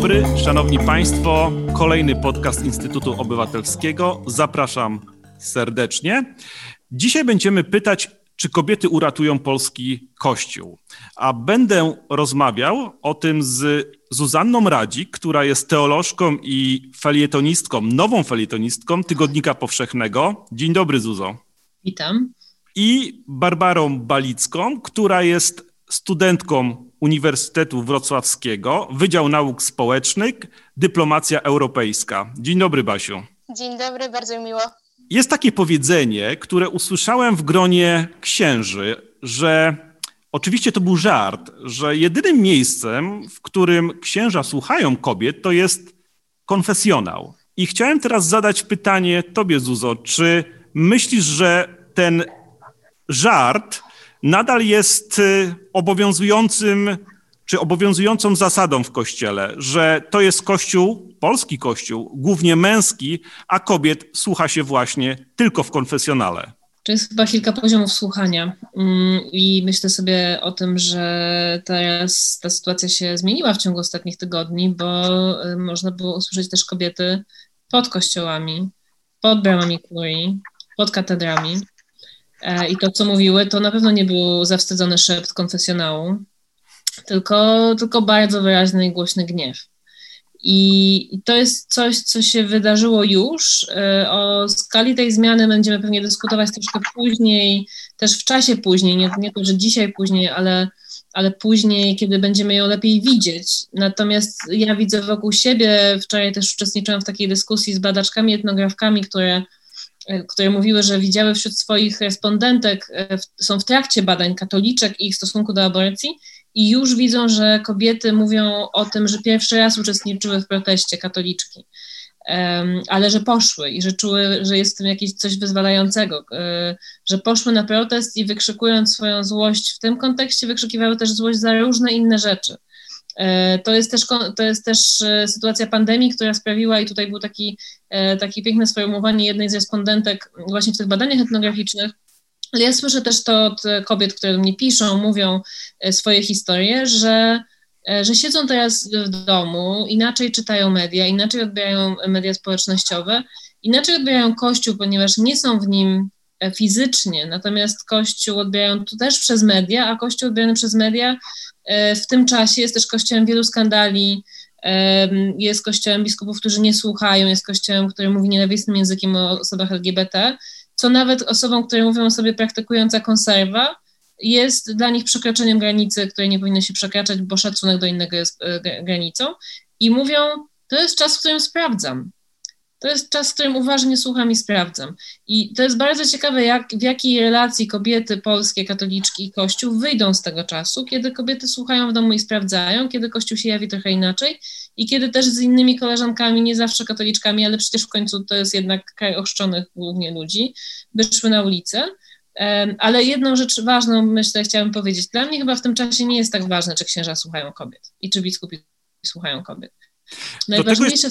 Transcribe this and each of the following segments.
dobry, szanowni państwo. Kolejny podcast Instytutu Obywatelskiego. Zapraszam serdecznie. Dzisiaj będziemy pytać, czy kobiety uratują polski Kościół. A będę rozmawiał o tym z Zuzanną Radzik, która jest teolożką i felietonistką, nową felietonistką Tygodnika Powszechnego. Dzień dobry, Zuzo. Witam. I Barbarą Balicką, która jest studentką Uniwersytetu Wrocławskiego, Wydział Nauk Społecznych, Dyplomacja Europejska. Dzień dobry, Basiu. Dzień dobry, bardzo mi miło. Jest takie powiedzenie, które usłyszałem w gronie księży, że oczywiście to był żart, że jedynym miejscem, w którym księża słuchają kobiet, to jest konfesjonał. I chciałem teraz zadać pytanie tobie, Zuzo, czy myślisz, że ten żart nadal jest obowiązującą zasadą w Kościele, że to jest Kościół, polski Kościół, głównie męski, a kobiet słucha się właśnie tylko w konfesjonale? To jest chyba kilka poziomów słuchania i myślę sobie o tym, że teraz ta sytuacja się zmieniła w ciągu ostatnich tygodni, bo można było usłyszeć też kobiety pod kościołami, pod bramami kurii, pod katedrami. I to, co mówiły, to na pewno nie był zawstydzony szept konfesjonału, tylko bardzo wyraźny i głośny gniew. I to jest coś, co się wydarzyło już. O skali tej zmiany będziemy pewnie dyskutować troszkę później, też w czasie później, nie to, że dzisiaj później, ale później, kiedy będziemy ją lepiej widzieć. Natomiast ja widzę wokół siebie, wczoraj też uczestniczyłam w takiej dyskusji z badaczkami, etnografkami, które mówiły, że widziały wśród swoich respondentek, są w trakcie badań katoliczek i ich stosunku do aborcji i już widzą, że kobiety mówią o tym, że pierwszy raz uczestniczyły w proteście katoliczki, ale że poszły i że czuły, że jest w tym jakieś coś wyzwalającego, że poszły na protest i wykrzykując swoją złość w tym kontekście, wykrzykiwały też złość za różne inne rzeczy. To jest też sytuacja pandemii, która sprawiła, i tutaj było takie piękne sformułowanie jednej z respondentek właśnie w tych badaniach etnograficznych, ale ja słyszę też to od kobiet, które do mnie piszą, mówią swoje historie, że siedzą teraz w domu, inaczej czytają media, inaczej odbierają media społecznościowe, inaczej odbierają Kościół, ponieważ nie są w nim fizycznie, natomiast Kościół odbierają tu też przez media, a Kościół odbierany przez media w tym czasie jest też kościołem wielu skandali, jest kościołem biskupów, którzy nie słuchają, jest kościołem, który mówi nienawistnym językiem o osobach LGBT, co nawet osobom, które mówią o sobie praktykująca konserwa, jest dla nich przekroczeniem granicy, której nie powinno się przekraczać, bo szacunek do innego jest granicą. I mówią, to jest czas, w którym sprawdzam. To jest czas, w którym uważnie słucham i sprawdzam. I to jest bardzo ciekawe, w jakiej relacji kobiety polskie, katoliczki i Kościół wyjdą z tego czasu, kiedy kobiety słuchają w domu i sprawdzają, kiedy Kościół się jawi trochę inaczej i kiedy też z innymi koleżankami, nie zawsze katoliczkami, ale przecież w końcu to jest jednak kraj ochrzczonych głównie ludzi, wyszły na ulicę. Ale jedną rzecz ważną, myślę, chciałabym powiedzieć. Dla mnie chyba w tym czasie nie jest tak ważne, czy księża słuchają kobiet i czy biskupi słuchają kobiet. Najważniejsze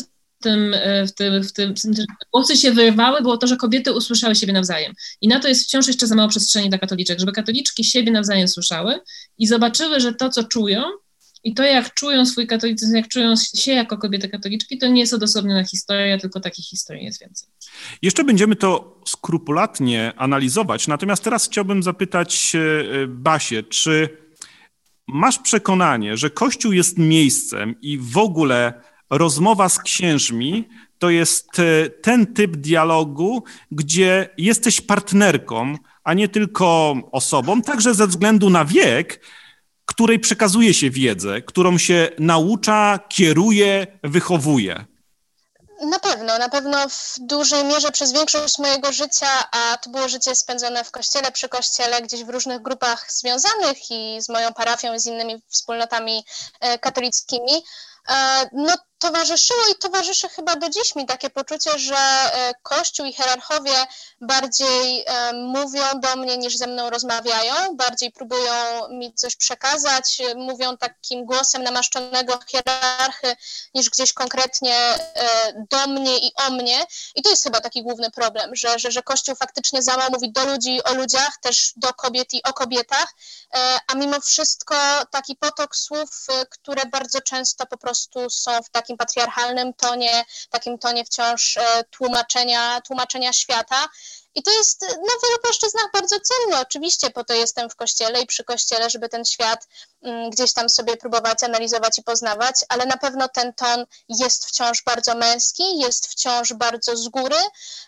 w tym, że głosy się wyrwały, było to, że kobiety usłyszały siebie nawzajem. I na to jest wciąż jeszcze za mało przestrzeni dla katoliczek, żeby katoliczki siebie nawzajem słyszały i zobaczyły, że to, co czują i to, jak czują swój katolicyzm, jak czują się jako kobiety katoliczki, to nie jest odosobniona historia, tylko takich historii jest więcej. Jeszcze będziemy to skrupulatnie analizować, natomiast teraz chciałbym zapytać Basię, czy masz przekonanie, że Kościół jest miejscem i w ogóle rozmowa z księżmi to jest ten typ dialogu, gdzie jesteś partnerką, a nie tylko osobą, także ze względu na wiek, której przekazuje się wiedzę, którą się naucza, kieruje, wychowuje? Na pewno w dużej mierze przez większość mojego życia, a to było życie spędzone w kościele, przy kościele, gdzieś w różnych grupach związanych i z moją parafią i z innymi wspólnotami katolickimi, no towarzyszyło i towarzyszy chyba do dziś mi takie poczucie, że Kościół i hierarchowie bardziej mówią do mnie niż ze mną rozmawiają, bardziej próbują mi coś przekazać, mówią takim głosem namaszczonego hierarchy niż gdzieś konkretnie do mnie i o mnie. I to jest chyba taki główny problem, że Kościół faktycznie za mało mówi do ludzi o ludziach, też do kobiet i o kobietach, a mimo wszystko taki potok słów, które bardzo często po prostu są w takim patriarchalnym tonie, takim tonie wciąż tłumaczenia świata. I to jest na wielu płaszczyznach bardzo cenne. Oczywiście po to jestem w Kościele i przy Kościele, żeby ten świat gdzieś tam sobie próbować analizować i poznawać, ale na pewno ten ton jest wciąż bardzo męski, jest wciąż bardzo z góry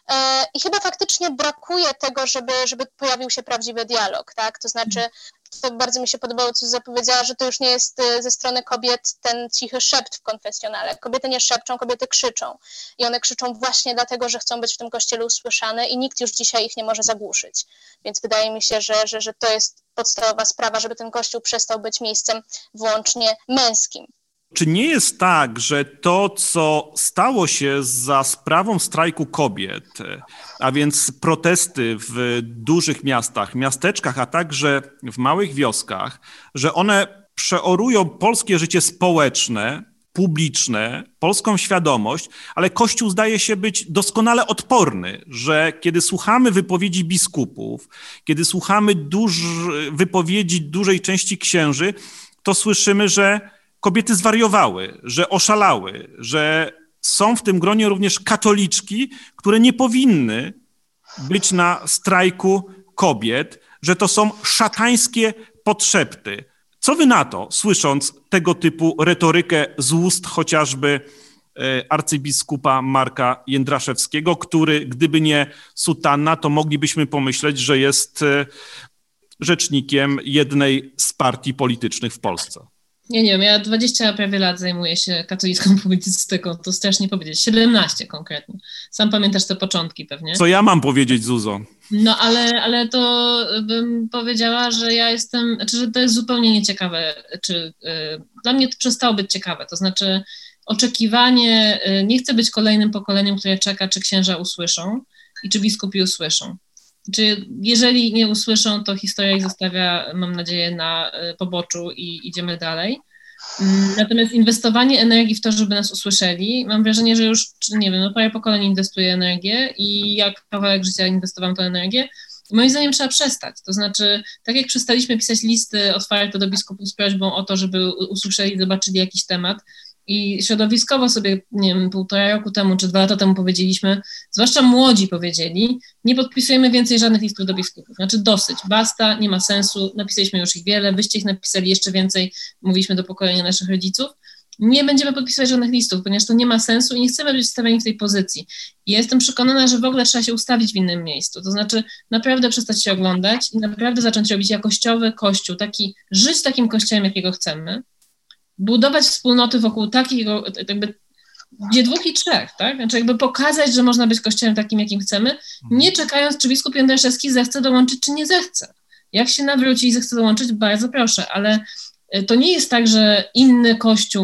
i chyba faktycznie brakuje tego, żeby pojawił się prawdziwy dialog, tak? To znaczy, to bardzo mi się podobało, co zapowiedziała, że to już nie jest ze strony kobiet ten cichy szept w konfesjonale. Kobiety nie szepczą, kobiety krzyczą. I one krzyczą właśnie dlatego, że chcą być w tym kościele usłyszane i nikt już dzisiaj ich nie może zagłuszyć. Więc wydaje mi się, że to jest podstawowa sprawa, żeby ten kościół przestał być miejscem wyłącznie męskim. Czy nie jest tak, że to, co stało się za sprawą strajku kobiet, a więc protesty w dużych miastach, miasteczkach, a także w małych wioskach, że one przeorują polskie życie społeczne, publiczne, polską świadomość, ale Kościół zdaje się być doskonale odporny, że kiedy słuchamy wypowiedzi biskupów, kiedy słuchamy wypowiedzi dużej części księży, to słyszymy, że kobiety zwariowały, że oszalały, że są w tym gronie również katoliczki, które nie powinny być na strajku kobiet, że to są szatańskie podszepty. Co wy na to, słysząc tego typu retorykę z ust chociażby arcybiskupa Marka Jędraszewskiego, który, gdyby nie sutanna, to moglibyśmy pomyśleć, że jest rzecznikiem jednej z partii politycznych w Polsce? Ja nie wiem, ja 20 prawie lat zajmuję się katolicką publicystyką, to strasznie powiedzieć, 17 konkretnie. Sam pamiętasz te początki pewnie. Co ja mam powiedzieć, Zuzo? No ale to bym powiedziała, że ja jestem, znaczy, że to jest zupełnie nieciekawe, dla mnie to przestało być ciekawe, to znaczy oczekiwanie, nie chcę być kolejnym pokoleniem, które czeka, czy księża usłyszą i czy biskupi usłyszą. Czy jeżeli nie usłyszą, to historia ich zostawia, mam nadzieję, na poboczu i idziemy dalej. Natomiast inwestowanie energii w to, żeby nas usłyszeli, mam wrażenie, że już, nie wiem, parę pokoleń inwestuje energię i jak kawałek życia inwestowałam tę energię. Moim zdaniem trzeba przestać. To znaczy, tak jak przestaliśmy pisać listy otwarte do biskupów z prośbą o to, żeby usłyszeli, zobaczyli jakiś temat, i środowiskowo sobie, nie wiem, 1,5 roku temu czy 2 lata temu powiedzieliśmy, zwłaszcza młodzi powiedzieli, nie podpisujemy więcej żadnych listów do biskupów. Znaczy dosyć, basta, nie ma sensu, napisaliśmy już ich wiele, wyście ich napisali jeszcze więcej, mówiliśmy do pokolenia naszych rodziców. Nie będziemy podpisywać żadnych listów, ponieważ to nie ma sensu i nie chcemy być stawiani w tej pozycji. I ja jestem przekonana, że w ogóle trzeba się ustawić w innym miejscu. To znaczy naprawdę przestać się oglądać i naprawdę zacząć robić jakościowy kościół, żyć takim kościołem, jakiego chcemy, budować wspólnoty wokół takiego, jakby, gdzie 2 i 3, tak? Znaczy jakby pokazać, że można być kościołem takim, jakim chcemy, nie czekając, czy biskup Jędraszewski zechce dołączyć, czy nie zechce. Jak się nawróci i zechce dołączyć, bardzo proszę, ale to nie jest tak, że inny kościół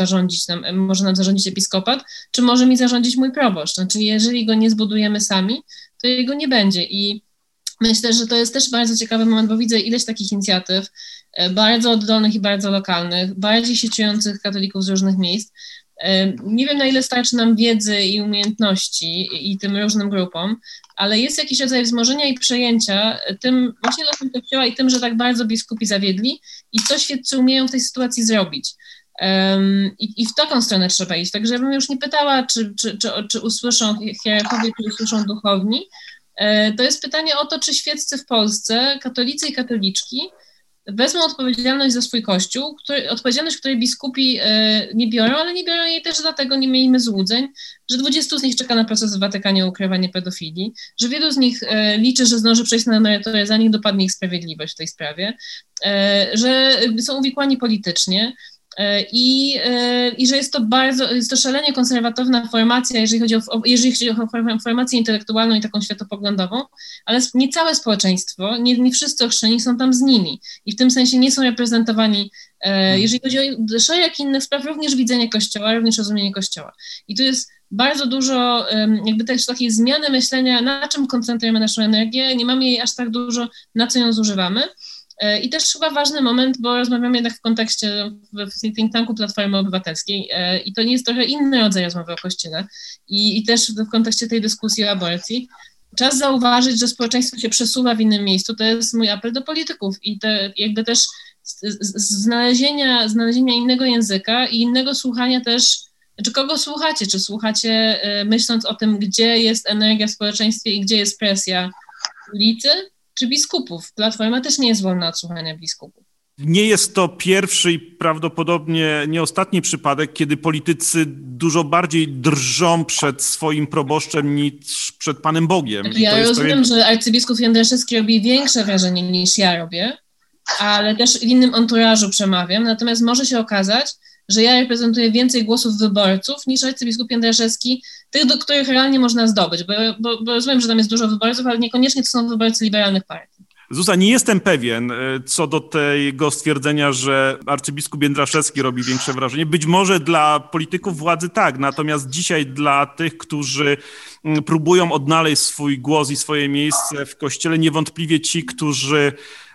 może nam zarządzić episkopat, czy może mi zarządzić mój proboszcz. Znaczy jeżeli go nie zbudujemy sami, to jego nie będzie i myślę, że to jest też bardzo ciekawy moment, bo widzę ileś takich inicjatyw, bardzo oddolnych i bardzo lokalnych, bardziej sieciujących katolików z różnych miejsc. Nie wiem, na ile starczy nam wiedzy i umiejętności i tym różnym grupom, ale jest jakiś rodzaj wzmożenia i przejęcia tym właśnie losem Kościoła i tym, że tak bardzo biskupi zawiedli i co świeccy umieją w tej sytuacji zrobić. I w taką stronę trzeba iść. Także ja bym już nie pytała, czy usłyszą hierarchowie, czy usłyszą duchowni. To jest pytanie o to, czy świeccy w Polsce, katolicy i katoliczki, wezmą odpowiedzialność za swój kościół, odpowiedzialność, której biskupi nie biorą, ale nie biorą jej też dlatego, nie miejmy złudzeń, że 20 z nich czeka na proces w Watykanie o ukrywanie pedofilii, że wielu z nich liczy, że zdąży przejść na emeryturę, zanim dopadnie ich sprawiedliwość w tej sprawie, że są uwikłani politycznie, I że jest to szalenie konserwatywna formacja, jeżeli chodzi o formację intelektualną i taką światopoglądową, ale nie całe społeczeństwo, nie wszyscy ochrzczeni są tam z nimi i w tym sensie nie są reprezentowani, jeżeli chodzi o szereg innych spraw, również widzenie Kościoła, również rozumienie Kościoła. I tu jest bardzo dużo jakby też takiej zmiany myślenia, na czym koncentrujemy naszą energię, nie mamy jej aż tak dużo, na co ją zużywamy. I też chyba ważny moment, bo rozmawiamy jednak w kontekście w think tanku Platformy Obywatelskiej i to nie jest trochę inny rodzaj rozmowy o Kościele i też w kontekście tej dyskusji o aborcji. Czas zauważyć, że społeczeństwo się przesuwa w innym miejscu, to jest mój apel do polityków i jakby też znalezienia innego języka i innego słuchania też, czy kogo słuchacie, czy słuchacie myśląc o tym, gdzie jest energia w społeczeństwie i gdzie jest presja ulicy, czy biskupów. Platforma też nie jest wolna od słuchania biskupów. Nie jest to pierwszy i prawdopodobnie nie ostatni przypadek, kiedy politycy dużo bardziej drżą przed swoim proboszczem niż przed Panem Bogiem. Ja rozumiem, że arcybiskup Jędraszewski robi większe wrażenie niż ja robię, ale też w innym anturażu przemawiam, natomiast może się okazać, że ja reprezentuję więcej głosów wyborców niż arcybiskup Jędraszewski, tych, do których realnie można zdobyć, bo rozumiem, że tam jest dużo wyborców, ale niekoniecznie to są wyborcy liberalnych partii. Zuza, nie jestem pewien co do tego stwierdzenia, że arcybiskup Jędraszewski robi większe wrażenie. Być może dla polityków władzy tak, natomiast dzisiaj dla tych, którzy próbują odnaleźć swój głos i swoje miejsce w Kościele, niewątpliwie ci, którzy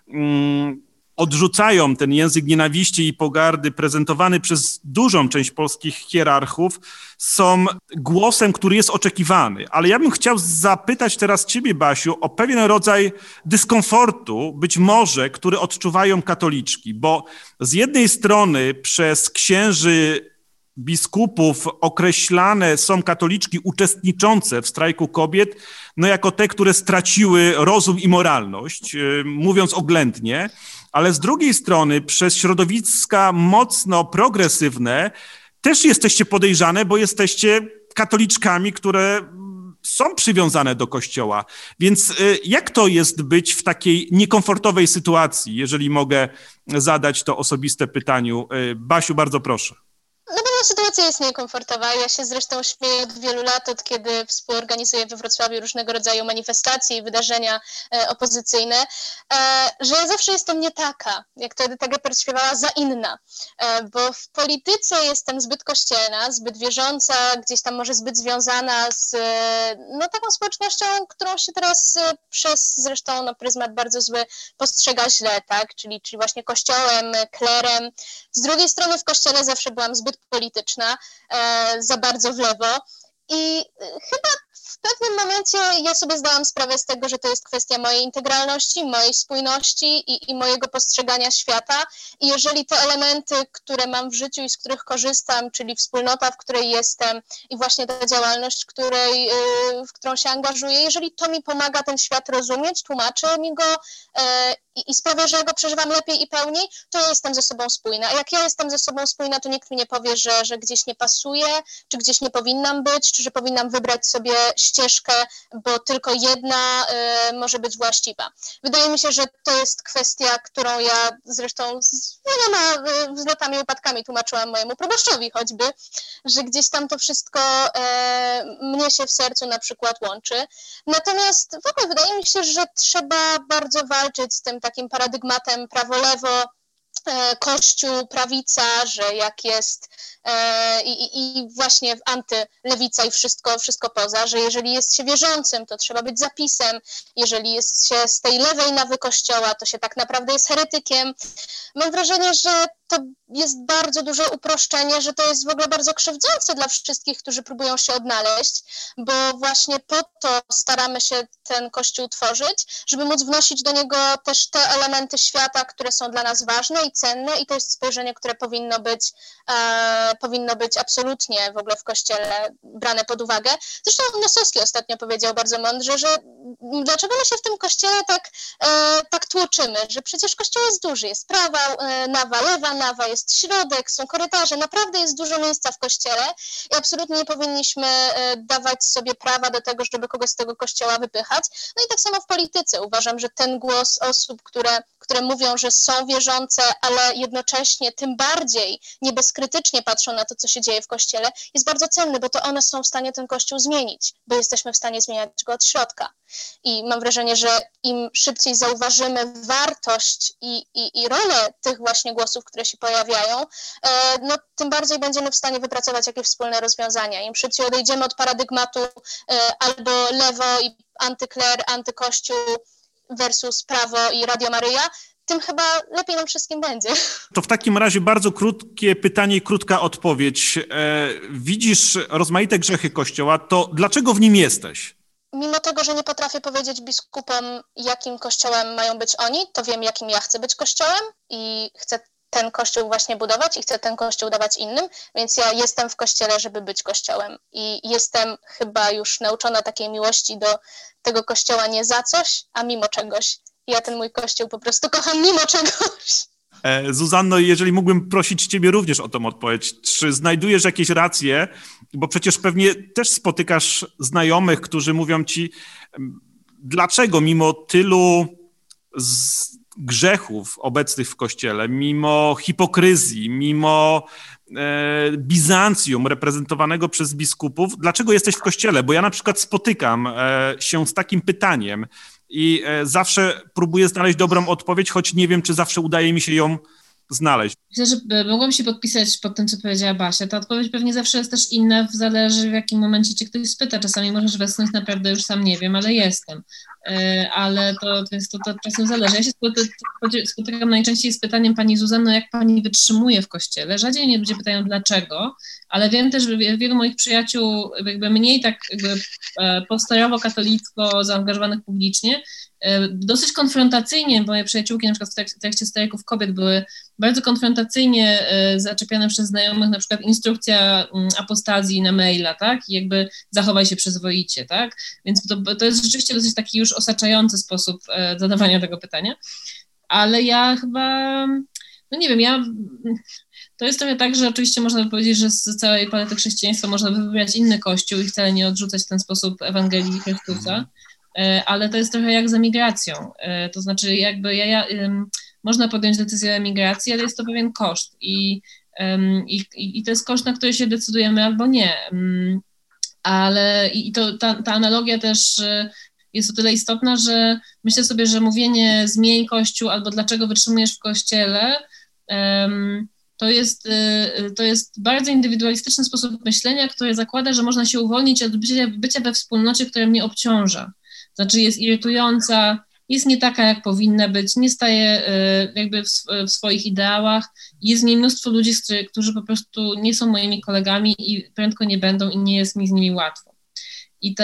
odrzucają ten język nienawiści i pogardy prezentowany przez dużą część polskich hierarchów, są głosem, który jest oczekiwany. Ale ja bym chciał zapytać teraz ciebie, Basiu, o pewien rodzaj dyskomfortu, być może, który odczuwają katoliczki, bo z jednej strony przez księży, biskupów określane są katoliczki uczestniczące w strajku kobiet, no jako te, które straciły rozum i moralność, mówiąc oględnie, ale z drugiej strony przez środowiska mocno progresywne też jesteście podejrzane, bo jesteście katoliczkami, które są przywiązane do Kościoła. Więc jak to jest być w takiej niekomfortowej sytuacji, jeżeli mogę zadać to osobiste pytaniu? Basiu, bardzo proszę. Na pewno sytuacja jest niekomfortowa. Ja się zresztą śmieję od wielu lat, od kiedy współorganizuję we Wrocławiu różnego rodzaju manifestacje i wydarzenia opozycyjne, że ja zawsze jestem nie taka, jak to Edyta Geppert śpiewała, za inna, bo w polityce jestem zbyt kościelna, zbyt wierząca, gdzieś tam może zbyt związana z taką społecznością, którą się teraz przez zresztą pryzmat bardzo zły postrzega źle, tak? Czyli właśnie kościołem, klerem. Z drugiej strony w kościele zawsze byłam zbyt polityczna, za bardzo w lewo i chyba w pewnym momencie ja sobie zdałam sprawę z tego, że to jest kwestia mojej integralności, mojej spójności i mojego postrzegania świata i jeżeli te elementy, które mam w życiu i z których korzystam, czyli wspólnota, w której jestem i właśnie ta działalność, w którą się angażuję, jeżeli to mi pomaga ten świat rozumieć, tłumaczy mi go i sprawia, że ja go przeżywam lepiej i pełniej, to ja jestem ze sobą spójna. A jak ja jestem ze sobą spójna, to nikt mi nie powie, że gdzieś nie pasuje, czy gdzieś nie powinnam być, czy że powinnam wybrać sobie ścieżkę, bo tylko jedna może być właściwa. Wydaje mi się, że to jest kwestia, którą ja zresztą z wieloma wzlotami i upadkami tłumaczyłam mojemu proboszczowi choćby, że gdzieś tam to wszystko mnie się w sercu na przykład łączy. Natomiast w ogóle wydaje mi się, że trzeba bardzo walczyć z tym takim paradygmatem prawo-lewo, Kościół, prawica, że jak jest i właśnie antylewica i wszystko poza, że jeżeli jest się wierzącym, to trzeba być zapisem, jeżeli jest się z tej lewej nawy Kościoła, to się tak naprawdę jest heretykiem. Mam wrażenie, że to jest bardzo duże uproszczenie, że to jest w ogóle bardzo krzywdzące dla wszystkich, którzy próbują się odnaleźć, bo właśnie po to staramy się ten Kościół tworzyć, żeby móc wnosić do niego też te elementy świata, które są dla nas ważne i cenne i to jest spojrzenie, które powinno być absolutnie w ogóle w Kościele brane pod uwagę. Zresztą Nosowski ostatnio powiedział bardzo mądrze, że dlaczego my się w tym Kościele tak tłoczymy, że przecież Kościół jest duży, jest prawa nawa, lewa nawa, jest środek, są korytarze, naprawdę jest dużo miejsca w Kościele i absolutnie nie powinniśmy dawać sobie prawa do tego, żeby kogoś z tego Kościoła wypychać. No i tak samo w polityce. Uważam, że ten głos osób, które które mówią, że są wierzące, ale jednocześnie tym bardziej nie bezkrytycznie patrzą na to, co się dzieje w Kościele, jest bardzo cenny, bo to one są w stanie ten Kościół zmienić, bo jesteśmy w stanie zmieniać go od środka. I mam wrażenie, że im szybciej zauważymy wartość i rolę tych właśnie głosów, które się pojawiają, no, tym bardziej będziemy w stanie wypracować jakieś wspólne rozwiązania. Im szybciej odejdziemy od paradygmatu albo lewo i antykler, antykościół versus prawo i Radio Maryja, tym chyba lepiej nam wszystkim będzie. To w takim razie bardzo krótkie pytanie i krótka odpowiedź. Widzisz rozmaite grzechy Kościoła, to dlaczego w nim jesteś? Mimo tego, że nie potrafię powiedzieć biskupom, jakim kościołem mają być oni, to wiem, jakim ja chcę być kościołem i chcę ten kościół właśnie budować i chcę ten kościół dawać innym, więc ja jestem w kościele, żeby być kościołem i jestem chyba już nauczona takiej miłości do tego kościoła nie za coś, a mimo czegoś. Ja ten mój kościół po prostu kocham mimo czegoś. Zuzanno, jeżeli mógłbym prosić ciebie również o tą odpowiedź, czy znajdujesz jakieś racje, bo przecież pewnie też spotykasz znajomych, którzy mówią ci, dlaczego mimo tylu grzechów obecnych w Kościele, mimo hipokryzji, mimo Bizancjum reprezentowanego przez biskupów, dlaczego jesteś w Kościele? Bo ja na przykład spotykam się z takim pytaniem i zawsze próbuję znaleźć dobrą odpowiedź, choć nie wiem, czy zawsze udaje mi się ją znaleźć. Myślę, że mogłam się podpisać pod tym, co powiedziała Basia. Ta odpowiedź pewnie zawsze jest też inna, zależy w jakim momencie cię ktoś spyta. Czasami możesz westchnąć naprawdę już sam nie wiem, ale jestem. Ale to czasem zależy. Ja się spotykam najczęściej z pytaniem pani Zuzanno, jak pani wytrzymuje w Kościele. Rzadziej mnie ludzie pytają dlaczego, ale wiem też, że wielu moich przyjaciół jakby mniej tak jakby postarowo katolicko zaangażowanych publicznie, dosyć konfrontacyjnie, moje przyjaciółki na przykład w trakcie strajków kobiet były bardzo konfrontacyjnie zaczepiane przez znajomych, na przykład instrukcja apostazji na maila, tak? I jakby zachowaj się przyzwoicie, tak? Więc to jest rzeczywiście dosyć taki już osaczający sposób zadawania tego pytania. Ale ja chyba, no nie wiem, to jest trochę tak, że oczywiście można by powiedzieć, że z całej palety chrześcijaństwa można by wybrać inny kościół i wcale nie odrzucać w ten sposób Ewangelii Chrystusa, ale to jest trochę jak z emigracją. To znaczy jakby można podjąć decyzję o emigracji, ale jest to pewien koszt i to jest koszt, na który się decydujemy albo nie. Ale ta analogia też jest o tyle istotna, że myślę sobie, że mówienie zmień Kościół albo dlaczego wytrzymujesz w Kościele, to jest bardzo indywidualistyczny sposób myślenia, który zakłada, że można się uwolnić od bycia we wspólnocie, która mnie obciąża. Znaczy jest irytująca, jest nie taka, jak powinna być, nie staje jakby w swoich ideałach. Jest w niej mnóstwo ludzi, którzy po prostu nie są moimi kolegami i prędko nie będą i nie jest mi z nimi łatwo. I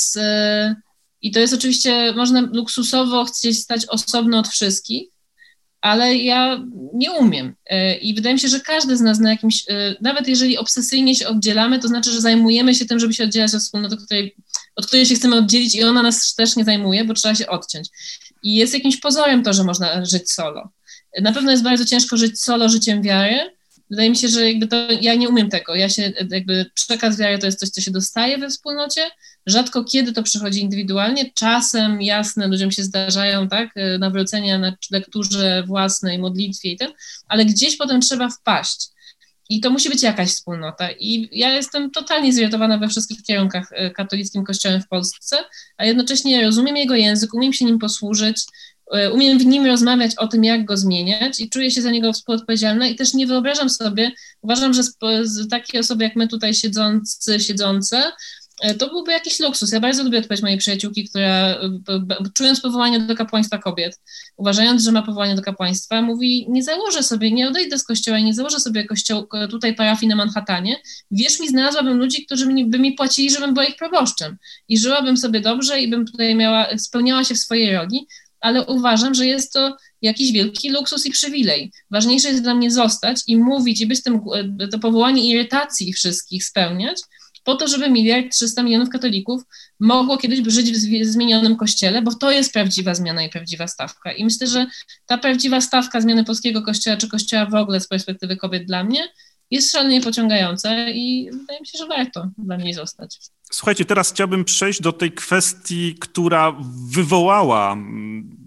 to jest oczywiście, można luksusowo chcieć stać osobno od wszystkich, ale ja nie umiem. I wydaje mi się, że każdy z nas na jakimś, nawet jeżeli obsesyjnie się oddzielamy, to znaczy, że zajmujemy się tym, żeby się oddzielać od wspólnoty, od której się chcemy oddzielić i ona nas też nie zajmuje, bo trzeba się odciąć. I jest jakimś pozorem to, że można żyć solo. Na pewno jest bardzo ciężko żyć solo życiem wiary. Wydaje mi się, że ja nie umiem tego. Przekaz wiary to jest coś, co się dostaje we wspólnocie. Rzadko kiedy to przychodzi indywidualnie. Czasem, jasne, ludziom się zdarzają, tak, nawrócenia na lekturze własnej, modlitwie i tym, ale gdzieś potem trzeba wpaść. I to musi być jakaś wspólnota. I ja jestem totalnie zirytowana we wszystkich kierunkach katolickim kościołem w Polsce, a jednocześnie rozumiem jego język, umiem się nim posłużyć, umiem w nim rozmawiać o tym, jak go zmieniać i czuję się za niego współodpowiedzialna i też nie wyobrażam sobie, uważam, że takie osoby jak my tutaj siedzące, to byłby jakiś luksus. Ja bardzo lubię odpowiedź mojej przyjaciółki, która czując powołanie do kapłaństwa kobiet, uważając, że ma powołanie do kapłaństwa, mówi, nie odejdę z kościoła i nie założę sobie tutaj parafii na Manhattanie. Wierz mi, znalazłabym ludzi, którzy by mi płacili, żebym była ich proboszczem i żyłabym sobie dobrze i bym tutaj spełniała się w swojej roli, ale uważam, że jest to jakiś wielki luksus i przywilej. Ważniejsze jest dla mnie zostać i mówić i być to powołanie irytacji wszystkich spełniać, po to, żeby 1,3 miliarda katolików mogło kiedyś żyć w zmienionym kościele, bo to jest prawdziwa zmiana i prawdziwa stawka. I myślę, że ta prawdziwa stawka zmiany polskiego kościoła, czy kościoła w ogóle z perspektywy kobiet dla mnie, jest szalenie pociągająca i wydaje mi się, że warto dla niej zostać. Słuchajcie, teraz chciałbym przejść do tej kwestii, która wywołała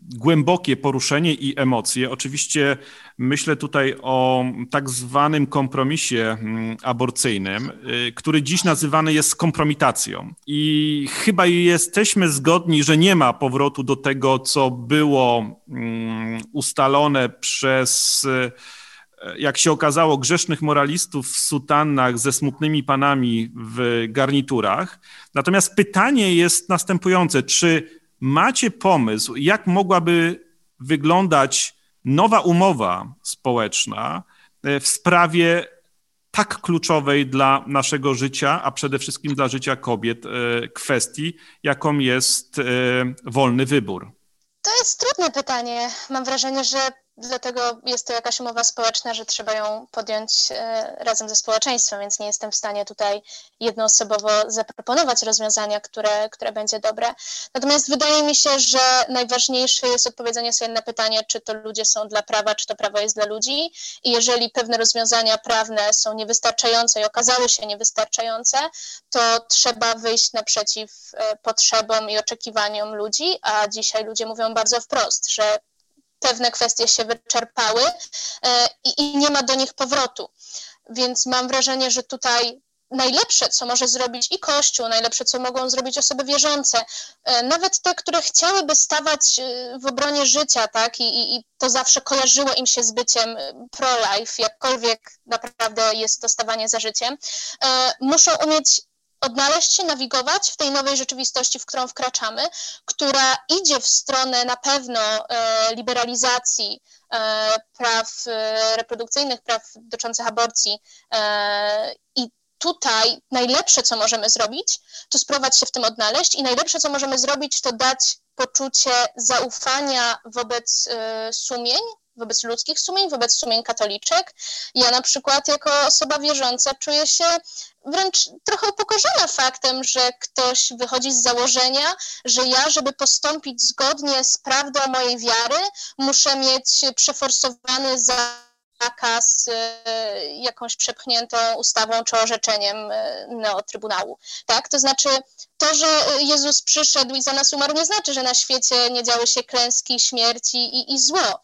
głębokie poruszenie i emocje. Oczywiście myślę tutaj o tak zwanym kompromisie aborcyjnym, który dziś nazywany jest kompromitacją. I chyba jesteśmy zgodni, że nie ma powrotu do tego, co było ustalone przez, jak się okazało, grzesznych moralistów w sutannach ze smutnymi panami w garniturach. Natomiast pytanie jest następujące. Czy macie pomysł, jak mogłaby wyglądać nowa umowa społeczna w sprawie tak kluczowej dla naszego życia, a przede wszystkim dla życia kobiet, kwestii, jaką jest wolny wybór? To jest trudne pytanie. Mam wrażenie, że dlatego jest to jakaś umowa społeczna, że trzeba ją podjąć razem ze społeczeństwem, więc nie jestem w stanie tutaj jednoosobowo zaproponować rozwiązania, które będzie dobre. Natomiast wydaje mi się, że najważniejsze jest odpowiedzenie sobie na pytanie, czy to ludzie są dla prawa, czy to prawo jest dla ludzi. I jeżeli pewne rozwiązania prawne są niewystarczające i okazały się niewystarczające, to trzeba wyjść naprzeciw potrzebom i oczekiwaniom ludzi, a dzisiaj ludzie mówią bardzo wprost, że pewne kwestie się wyczerpały i nie ma do nich powrotu. Więc mam wrażenie, że tutaj najlepsze, co może zrobić i Kościół, najlepsze, co mogą zrobić osoby wierzące, nawet te, które chciałyby stawać w obronie życia, tak, i to zawsze kojarzyło im się z byciem pro-life, jakkolwiek naprawdę jest to stawanie za życiem, muszą umieć odnaleźć się, nawigować w tej nowej rzeczywistości, w którą wkraczamy, która idzie w stronę na pewno liberalizacji praw reprodukcyjnych, praw dotyczących aborcji i tutaj najlepsze, co możemy zrobić, to spróbować się w tym odnaleźć i najlepsze, co możemy zrobić, to dać poczucie zaufania wobec sumień, wobec ludzkich sumień, wobec sumień katoliczek. Ja na przykład jako osoba wierząca czuję się wręcz trochę upokorzona faktem, że ktoś wychodzi z założenia, że ja, żeby postąpić zgodnie z prawdą mojej wiary, muszę mieć przeforsowany zakaz jakąś przepchniętą ustawą czy orzeczeniem neotrybunału. Tak? To znaczy to, że Jezus przyszedł i za nas umarł, nie znaczy, że na świecie nie działy się klęski, śmierci i zło.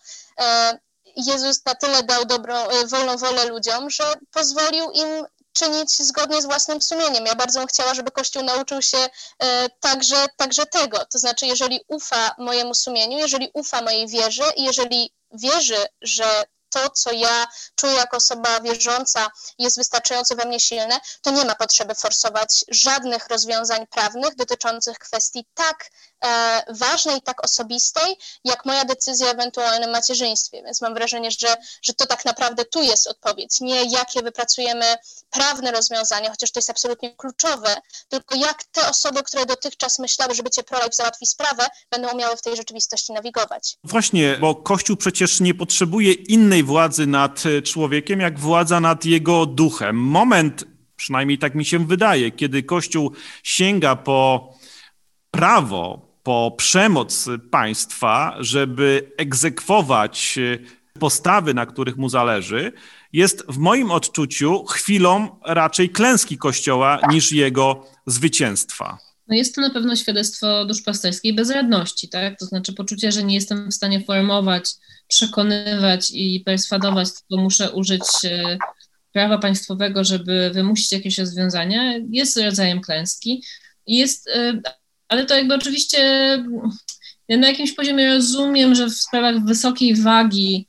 Jezus na tyle dał wolną wolę ludziom, że pozwolił im czynić zgodnie z własnym sumieniem. Ja bardzo bym chciała, żeby Kościół nauczył się także tego. To znaczy, jeżeli ufa mojemu sumieniu, jeżeli ufa mojej wierze i jeżeli wierzy, że to, co ja czuję jako osoba wierząca, jest wystarczająco we mnie silne, to nie ma potrzeby forsować żadnych rozwiązań prawnych dotyczących kwestii tak ważnej, tak osobistej, jak moja decyzja o ewentualnym macierzyństwie. Więc mam wrażenie, że to tak naprawdę tu jest odpowiedź. Nie jakie wypracujemy prawne rozwiązania, chociaż to jest absolutnie kluczowe, tylko jak te osoby, które dotychczas myślały, że bycie pro-life załatwi sprawę, będą umiały w tej rzeczywistości nawigować. Właśnie, bo Kościół przecież nie potrzebuje innej władzy nad człowiekiem, jak władza nad jego duchem. Moment, przynajmniej tak mi się wydaje, kiedy Kościół sięga po prawo, po przemoc państwa, żeby egzekwować postawy, na których mu zależy, jest w moim odczuciu chwilą raczej klęski Kościoła niż jego zwycięstwa. No jest to na pewno świadectwo duszpasterskiej bezradności, tak? To znaczy poczucie, że nie jestem w stanie formować, przekonywać i perswadować, tylko muszę użyć prawa państwowego, żeby wymusić jakieś rozwiązania, jest rodzajem klęski. Ale to jakby oczywiście ja na jakimś poziomie rozumiem, że w sprawach wysokiej wagi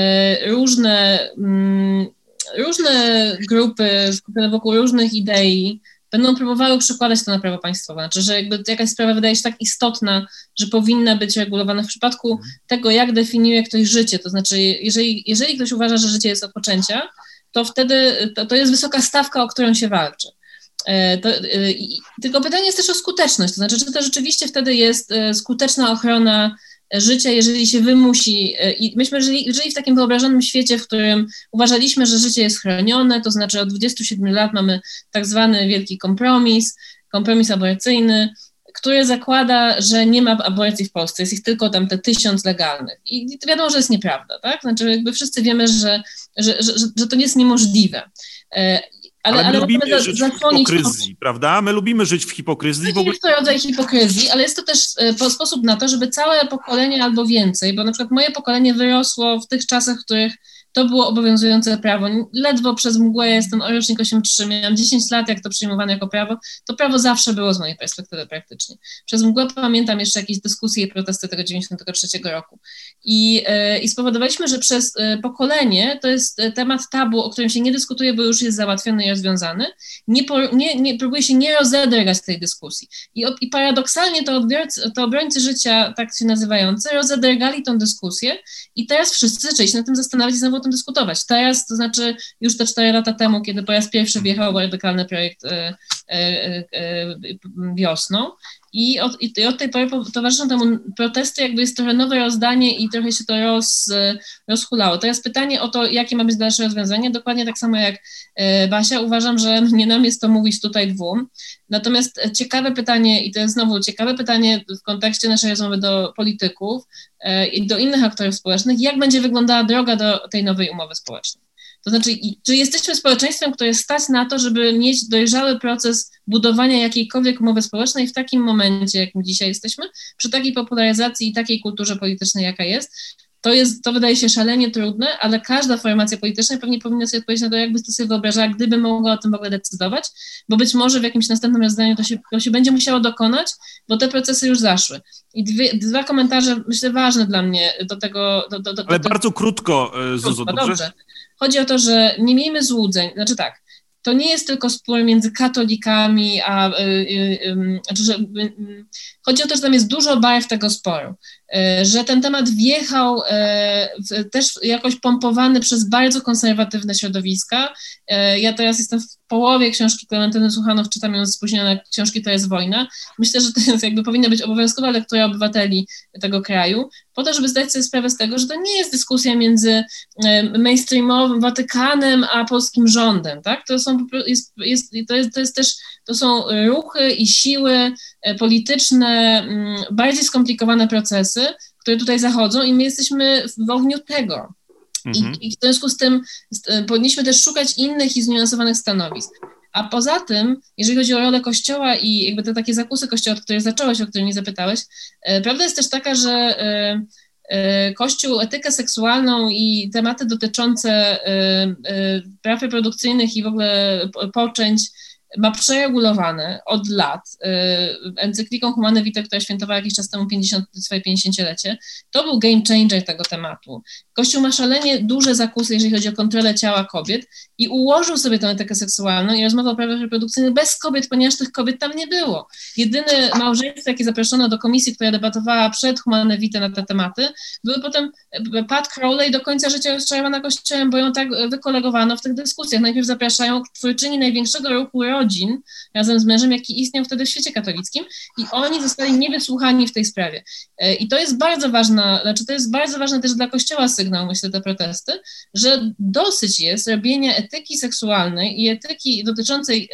różne grupy skupione wokół różnych idei będą próbowały przekładać to na prawo państwowe. Znaczy, że jakby jakaś sprawa wydaje się tak istotna, że powinna być regulowana w przypadku tego, jak definiuje ktoś życie. To znaczy, jeżeli ktoś uważa, że życie jest od poczęcia, to wtedy to jest wysoka stawka, o którą się walczy. Tylko pytanie jest też o skuteczność, to znaczy, czy to rzeczywiście wtedy jest skuteczna ochrona życia, jeżeli się wymusi. I myśmy żyli w takim wyobrażonym świecie, w którym uważaliśmy, że życie jest chronione, to znaczy od 27 lat mamy tak zwany wielki kompromis aborcyjny, który zakłada, że nie ma aborcji w Polsce, jest ich tylko tam te 1000 legalnych. I wiadomo, że jest nieprawda, tak? Znaczy jakby wszyscy wiemy, że to nie jest niemożliwe. Ale my lubimy żyć w hipokryzji, prawda? My lubimy żyć w hipokryzji. Jest to rodzaj hipokryzji, ale jest to też sposób na to, żeby całe pokolenie albo więcej, bo na przykład moje pokolenie wyrosło w tych czasach, w których to było obowiązujące prawo. Ledwo przez mgłę, jestem rocznik 83, miałam 10 lat, jak to przyjmowane jako prawo. To prawo zawsze było z mojej perspektywy praktycznie. Przez mgłę pamiętam jeszcze jakieś dyskusje i protesty tego 93 roku. I spowodowaliśmy, że przez pokolenie to jest temat tabu, o którym się nie dyskutuje, bo już jest załatwiony i rozwiązany. Próbuje się nie rozedrgać tej dyskusji. I paradoksalnie to obrońcy życia, tak się nazywający, rozedrgali tą dyskusję i teraz wszyscy zaczęli się na tym zastanawiać i znowu o tym dyskutować. Teraz, to znaczy już te 4 lata temu, kiedy po raz pierwszy wjechał radykalny projekt wiosną i od tej pory towarzyszą temu protesty, jakby jest trochę nowe rozdanie i trochę się to rozhulało. Teraz pytanie o to, jakie ma być dalsze rozwiązanie, dokładnie tak samo jak Basia, uważam, że nie nam jest to mówić tutaj dwóm. Natomiast ciekawe pytanie, i to jest znowu ciekawe pytanie w kontekście naszej rozmowy do polityków i do innych aktorów społecznych, jak będzie wyglądała droga do tej nowej umowy społecznej. To znaczy, czy jesteśmy społeczeństwem, które stać na to, żeby mieć dojrzały proces budowania jakiejkolwiek umowy społecznej w takim momencie, jakim dzisiaj jesteśmy, przy takiej popularyzacji i takiej kulturze politycznej, jaka jest? To wydaje się szalenie trudne, ale każda formacja polityczna pewnie powinna sobie odpowiedzieć na to, jakby to sobie wyobrażała, gdyby mogła o tym w ogóle decydować, bo być może w jakimś następnym rozdaniu to się będzie musiało dokonać, bo te procesy już zaszły. I dwa komentarze, myślę, ważne dla mnie do tego... Ale bardzo krótko, Zuzo, dobrze? Chodzi o to, że nie miejmy złudzeń, znaczy tak, to nie jest tylko spór między katolikami, chodzi o to, że tam jest dużo barw tego sporu, że ten temat wjechał też jakoś pompowany przez bardzo konserwatywne środowiska. Ja teraz jestem w połowie książki Klementyny Suchanow, czytam ją spóźnione książki To jest wojna. Myślę, że to jest jakby powinna być obowiązkowa lektura obywateli tego kraju, po to, żeby zdać sobie sprawę z tego, że to nie jest dyskusja między mainstreamowym Watykanem a polskim rządem, tak? To są ruchy i siły polityczne, bardziej skomplikowane procesy, które tutaj zachodzą i my jesteśmy w ogniu tego. I w związku z tym powinniśmy też szukać innych i zniuansowanych stanowisk. A poza tym, jeżeli chodzi o rolę Kościoła i jakby te takie zakusy Kościoła, od których zacząłeś, o które mnie zapytałeś, prawda jest też taka, że Kościół etykę seksualną i tematy dotyczące praw reprodukcyjnych i w ogóle poczęć ma przeregulowane od lat encykliką Humane Vitae, która świętowała jakiś czas temu swoje 50-lecie. To był game changer tego tematu. Kościół ma szalenie duże zakusy, jeżeli chodzi o kontrolę ciała kobiet i ułożył sobie tę etykę seksualną i rozmawiał o prawach reprodukcyjnych bez kobiet, ponieważ tych kobiet tam nie było. Jedyne małżeństwo, jakie zaproszono do komisji, która debatowała przed Humane Vitae na te tematy, były potem Pat Crowley, do końca życia rozczarowana Kościołem, bo ją tak wykolegowano w tych dyskusjach. Najpierw zapraszają twórczyni największego ruchu rodzin razem z mężem, jaki istniał wtedy w świecie katolickim i oni zostali niewysłuchani w tej sprawie. I to jest bardzo ważne, to jest bardzo ważne też dla Kościoła sygnał, myślę, te protesty, że dosyć jest robienia etyki seksualnej i etyki dotyczącej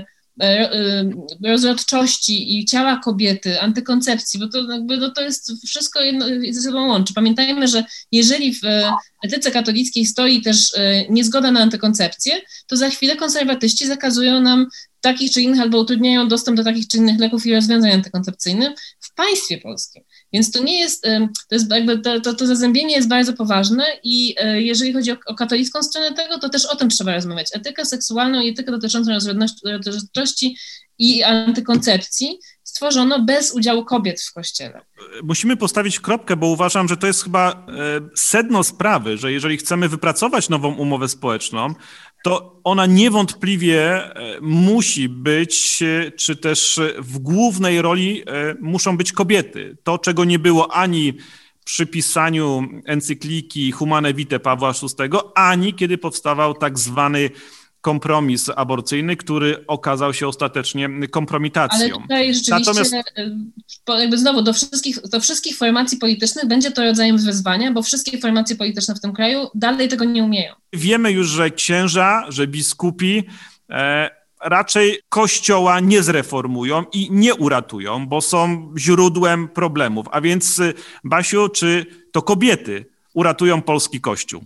rozrodczości i ciała kobiety, antykoncepcji, bo to jest wszystko ze sobą łączy. Pamiętajmy, że jeżeli w etyce katolickiej stoi też niezgoda na antykoncepcję, to za chwilę konserwatyści zakazują nam takich czy innych albo utrudniają dostęp do takich czy innych leków i rozwiązań antykoncepcyjnych w państwie polskim. Więc to nie jest, to jest jakby to zazębienie jest bardzo poważne i jeżeli chodzi o katolicką stronę tego, to też o tym trzeba rozmawiać. Etykę seksualną i etykę dotyczącą rozrodczości i antykoncepcji stworzono bez udziału kobiet w Kościele. Musimy postawić kropkę, bo uważam, że to jest chyba sedno sprawy, że jeżeli chcemy wypracować nową umowę społeczną, to ona niewątpliwie musi być, czy też w głównej roli muszą być kobiety. To, czego nie było ani przy pisaniu encykliki Humane Vitae Pawła VI, ani kiedy powstawał tak zwany kompromis aborcyjny, który okazał się ostatecznie kompromitacją. Ale tutaj rzeczywiście jakby znowu do wszystkich formacji politycznych będzie to rodzajem wyzwania, bo wszystkie formacje polityczne w tym kraju dalej tego nie umieją. Wiemy już, że księża, że biskupi raczej Kościoła nie zreformują i nie uratują, bo są źródłem problemów. A więc, Basiu, czy to kobiety uratują polski Kościół?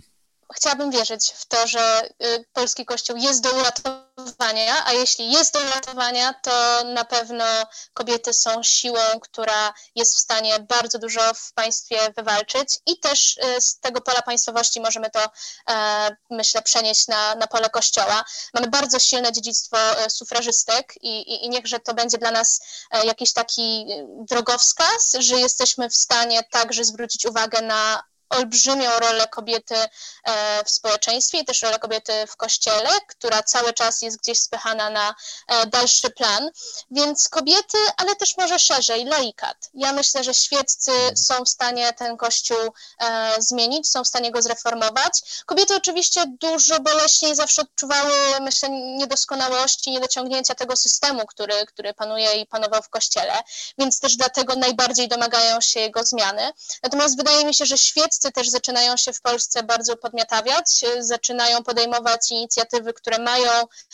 chciałabym wierzyć w to, że polski Kościół jest do uratowania, a jeśli jest do uratowania, to na pewno kobiety są siłą, która jest w stanie bardzo dużo w państwie wywalczyć i też z tego pola państwowości możemy to, myślę, przenieść na pole Kościoła. Mamy bardzo silne dziedzictwo sufrażystek i niechże to będzie dla nas jakiś taki drogowskaz, że jesteśmy w stanie także zwrócić uwagę na olbrzymią rolę kobiety w społeczeństwie i też rolę kobiety w Kościele, która cały czas jest gdzieś spychana na dalszy plan. Więc kobiety, ale też może szerzej, laikat. Ja myślę, że świeccy są w stanie ten Kościół zmienić, są w stanie go zreformować. Kobiety oczywiście dużo boleśniej zawsze odczuwały, myślę, niedoskonałości, niedociągnięcia tego systemu, który panuje i panował w Kościele, więc też dlatego najbardziej domagają się jego zmiany. Natomiast wydaje mi się, że świeccy też zaczynają się w Polsce bardzo podmiatawiać, zaczynają podejmować inicjatywy, które mają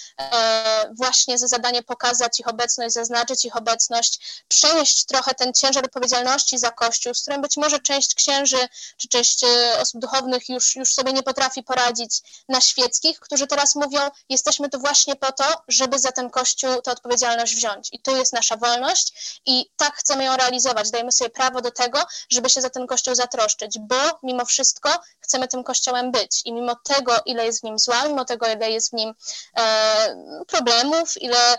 właśnie za zadanie pokazać ich obecność, zaznaczyć ich obecność, przenieść trochę ten ciężar odpowiedzialności za Kościół, z którym być może część księży czy część osób duchownych już sobie nie potrafi poradzić, na świeckich, którzy teraz mówią, jesteśmy tu właśnie po to, żeby za ten Kościół tę odpowiedzialność wziąć i to jest nasza wolność i tak chcemy ją realizować, dajemy sobie prawo do tego, żeby się za ten Kościół zatroszczyć, bo mimo wszystko chcemy tym Kościołem być i mimo tego, ile jest w nim zła, mimo tego, ile jest w nim problemów,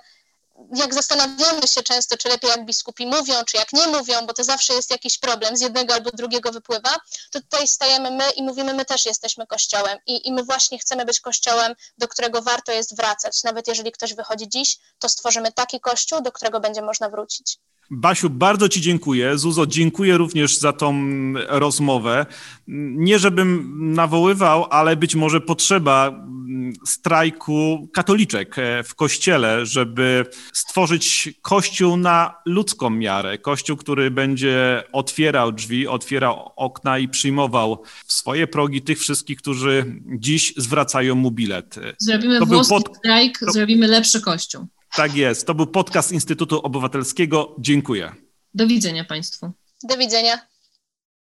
jak zastanawiamy się często, czy lepiej jak biskupi mówią, czy jak nie mówią, bo to zawsze jest jakiś problem, z jednego albo drugiego wypływa, to tutaj stajemy my i mówimy, my też jesteśmy Kościołem i my właśnie chcemy być Kościołem, do którego warto jest wracać. Nawet jeżeli ktoś wychodzi dziś, to stworzymy taki Kościół, do którego będzie można wrócić. Basiu, bardzo Ci dziękuję. Zuzo, dziękuję również za tą rozmowę. Nie żebym nawoływał, ale być może potrzeba strajku katoliczek w Kościele, żeby stworzyć Kościół na ludzką miarę. Kościół, który będzie otwierał drzwi, otwierał okna i przyjmował w swoje progi tych wszystkich, którzy dziś zwracają mu bilet. Zrobimy włoski strajk, zrobimy lepszy Kościół. Tak jest. To był podcast Instytutu Obywatelskiego. Dziękuję. Do widzenia Państwu. Do widzenia.